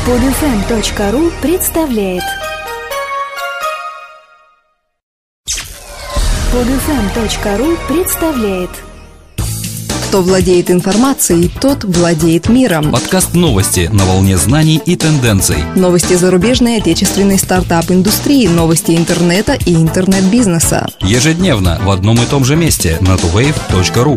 Podfm.ru представляет. Podfm.ru представляет. Кто владеет информацией, тот владеет миром. Подкаст новости на волне знаний и тенденций. Новости зарубежной и отечественной стартап-индустрии, новости интернета и интернет-бизнеса. Ежедневно в одном и том же месте на tuwave.ru.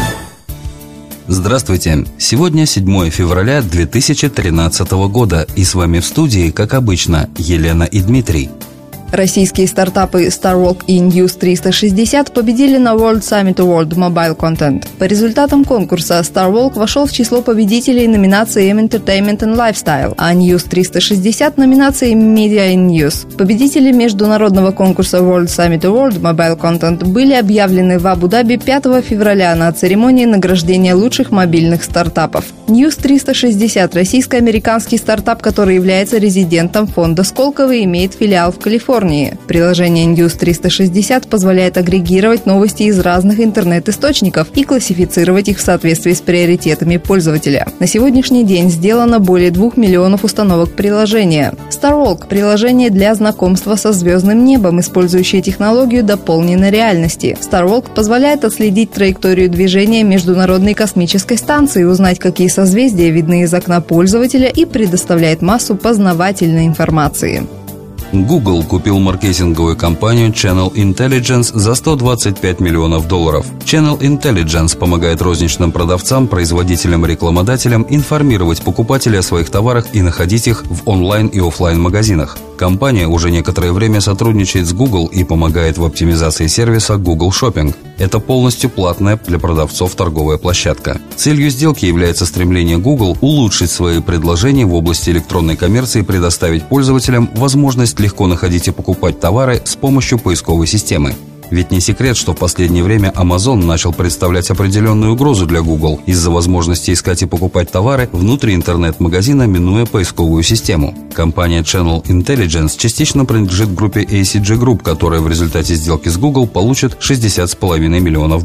Здравствуйте! Сегодня 7 февраля 2013 года, и с вами в студии, как обычно, Елена и Дмитрий. Российские стартапы StarWalk и News 360 победили на World Summit Award Mobile Content. По результатам конкурса StarWalk вошел в число победителей номинации Entertainment and Lifestyle, а News 360 номинации Media and News. Победители международного конкурса World Summit Award Mobile Content были объявлены в Абу-Даби 5 февраля на церемонии награждения лучших мобильных стартапов. News 360 – российско-американский стартап, который является резидентом фонда Сколково и имеет филиал в Калифорнии. Приложение News 360 позволяет агрегировать новости из разных интернет-источников и классифицировать их в соответствии с приоритетами пользователя. На сегодняшний день сделано более 2 миллионов установок приложения. StarWalk – приложение для знакомства со звездным небом, использующее технологию дополненной реальности. StarWalk позволяет отследить траекторию движения Международной космической станции, узнать, какие созвездия видны из окна пользователя, и предоставляет массу познавательной информации. Google купил маркетинговую компанию Channel Intelligence за $125 миллионов. Channel Intelligence помогает розничным продавцам, производителям и рекламодателям информировать покупателей о своих товарах и находить их в онлайн и офлайн магазинах. Компания уже некоторое время сотрудничает с Google и помогает в оптимизации сервиса Google Shopping. Это полностью платная для продавцов торговая площадка. Целью сделки является стремление Google улучшить свои предложения в области электронной коммерции и предоставить пользователям возможность легко находить и покупать товары с помощью поисковой системы. Ведь не секрет, что в последнее время Amazon начал представлять определенную угрозу для Google из-за возможности искать и покупать товары внутри интернет-магазина, минуя поисковую систему. Компания Channel Intelligence частично принадлежит группе ACG Group, которая в результате сделки с Google получит $60,5 миллионов.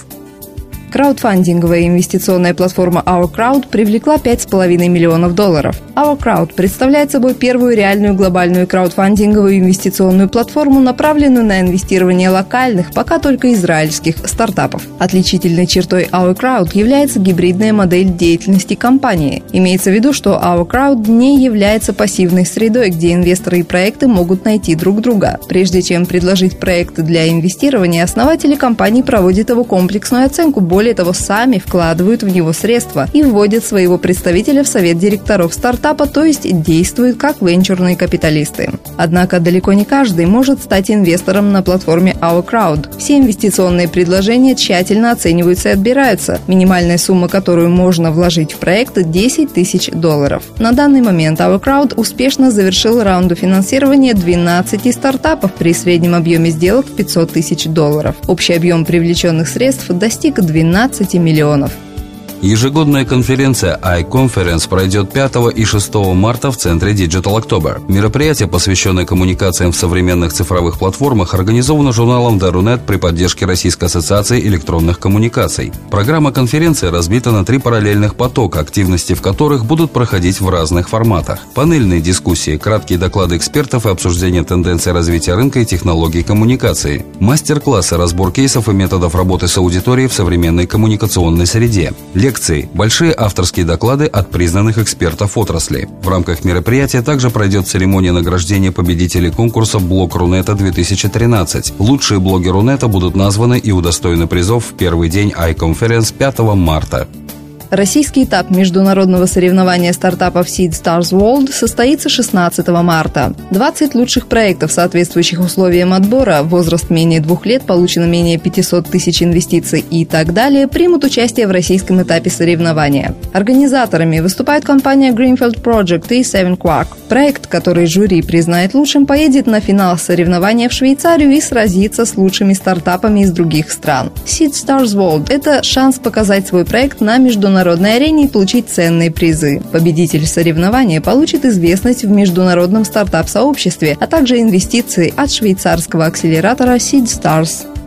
Краудфандинговая инвестиционная платформа OurCrowd привлекла $5,5 миллионов. OurCrowd представляет собой первую реальную глобальную краудфандинговую инвестиционную платформу, направленную на инвестирование локальных, пока только израильских стартапов. Отличительной чертой OurCrowd является гибридная модель деятельности компании. Имеется в виду, что OurCrowd не является пассивной средой, где инвесторы и проекты могут найти друг друга. Прежде чем предложить проект для инвестирования, основатели компании проводят его комплексную оценку. Более того, сами вкладывают в него средства и вводят своего представителя в совет директоров стартапа, то есть действуют как венчурные капиталисты. Однако далеко не каждый может стать инвестором на платформе OurCrowd. Все инвестиционные предложения тщательно оцениваются и отбираются. Минимальная сумма, которую можно вложить в проект, $10 тысяч. На данный момент OurCrowd успешно завершил раунды финансирования 12 стартапов при среднем объеме сделок в $500 тысяч. Общий объем привлеченных средств достиг 12 миллионов. Ежегодная конференция iConference пройдет 5 и 6 марта в центре Digital October. Мероприятие, посвященное коммуникациям в современных цифровых платформах, организовано журналом Darunet при поддержке Российской ассоциации электронных коммуникаций. Программа конференции разбита на 3 параллельных потока, активности в которых будут проходить в разных форматах. Панельные дискуссии, краткие доклады экспертов и обсуждение тенденций развития рынка и технологий коммуникации. Мастер-классы, разбор кейсов и методов работы с аудиторией в современной коммуникационной среде. Лекции, большие авторские доклады от признанных экспертов отрасли. В рамках мероприятия также пройдет церемония награждения победителей конкурса «Блог Рунета-2013». Лучшие блоги Рунета будут названы и удостоены призов в первый день iConference 5 марта. Российский этап международного соревнования стартапов Seed Stars World состоится 16 марта. 20 лучших проектов, соответствующих условиям отбора, возраст менее 2 лет, получено менее 500 тысяч инвестиций и так далее, примут участие в российском этапе соревнования. Организаторами выступают компания Greenfield Project и Seven Quark. Проект, который жюри признает лучшим, поедет на финал соревнования в Швейцарию и сразится с лучшими стартапами из других стран. Seed Stars World – это шанс показать свой проект на международной арене и получить ценные призы. Победитель соревнования получит известность в международном стартап-сообществе, а также инвестиции от швейцарского акселератора Seed Stars.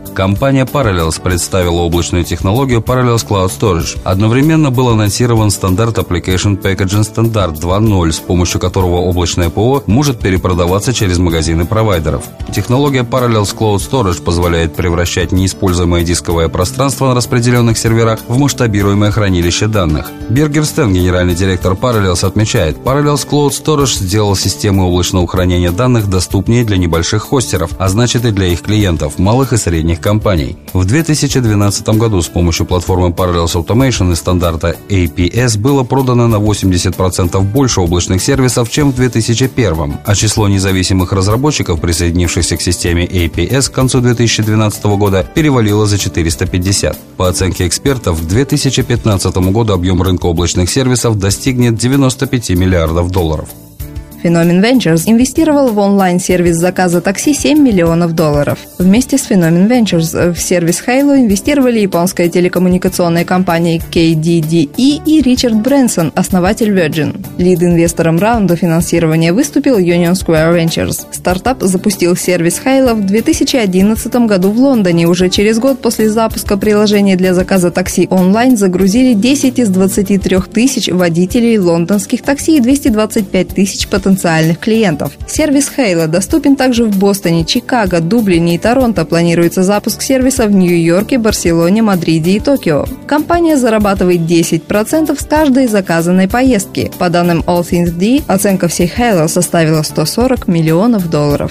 Компания Parallels представила облачную технологию Parallels Cloud Storage. Одновременно был анонсирован стандарт Application Packaging Standard 2.0, с помощью которого облачное ПО может перепродаваться через магазины провайдеров. Технология Parallels Cloud Storage позволяет превращать неиспользуемое дисковое пространство на распределенных серверах в масштабируемое хранилище данных. Биргер Стен, генеральный директор Parallels, отмечает, Parallels Cloud Storage сделал системы облачного хранения данных доступнее для небольших хостеров, а значит и для их клиентов, малых и средних компаний. В 2012 году с помощью платформы Parallels Automation и стандарта APS было продано на 80% больше облачных сервисов, чем в 2001, а число независимых разработчиков, присоединившихся к системе APS к концу 2012 года, перевалило за 450. По оценке экспертов, к 2015 году объем рынка облачных сервисов достигнет $95 миллиардов. Phenomen Ventures инвестировал в онлайн-сервис заказа такси $7 миллионов. Вместе с Phenomen Ventures в сервис Halo инвестировали японская телекоммуникационная компания KDDI и Ричард Брэнсон, основатель Virgin. Лид-инвестором раунда финансирования выступил Union Square Ventures. Стартап запустил сервис Halo в 2011 году в Лондоне. Уже через год после запуска приложения для заказа такси онлайн загрузили 10 из 23 тысяч водителей лондонских такси и 225 тысяч потенциальных клиентов. Сервис Halo доступен также в Бостоне, Чикаго, Дублине и Торонто. Планируется запуск сервиса в Нью-Йорке, Барселоне, Мадриде и Токио. Компания зарабатывает 10% с каждой заказанной поездки. По данным All Things D, оценка всей Halo составила $140 миллионов.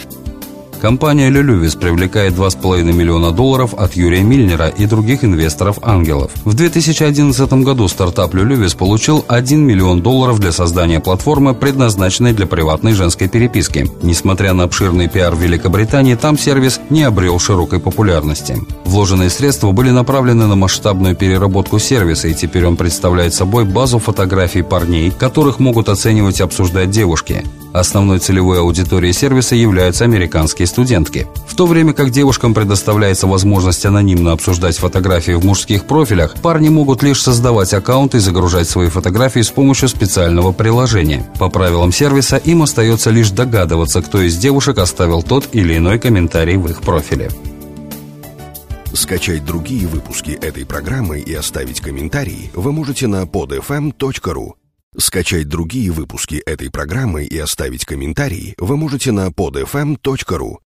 Компания Luluvis привлекает $2,5 миллиона от Юрия Мильнера и других инвесторов-ангелов. В 2011 году стартап Luluvis получил $1 миллион для создания платформы, предназначенной для приватной женской переписки. Несмотря на обширный пиар в Великобритании, там сервис не обрел широкой популярности. Вложенные средства были направлены на масштабную переработку сервиса, и теперь он представляет собой базу фотографий парней, которых могут оценивать и обсуждать девушки. Основной целевой аудиторией сервиса являются американские студентки. В то время как девушкам предоставляется возможность анонимно обсуждать фотографии в мужских профилях, парни могут лишь создавать аккаунты и загружать свои фотографии с помощью специального приложения. По правилам сервиса им остается лишь догадываться, кто из девушек оставил тот или иной комментарий в их профиле. Скачать другие выпуски этой программы и оставить комментарии вы можете на podfm.ru. Скачать другие выпуски этой программы и оставить комментарии вы можете на podfm.ru.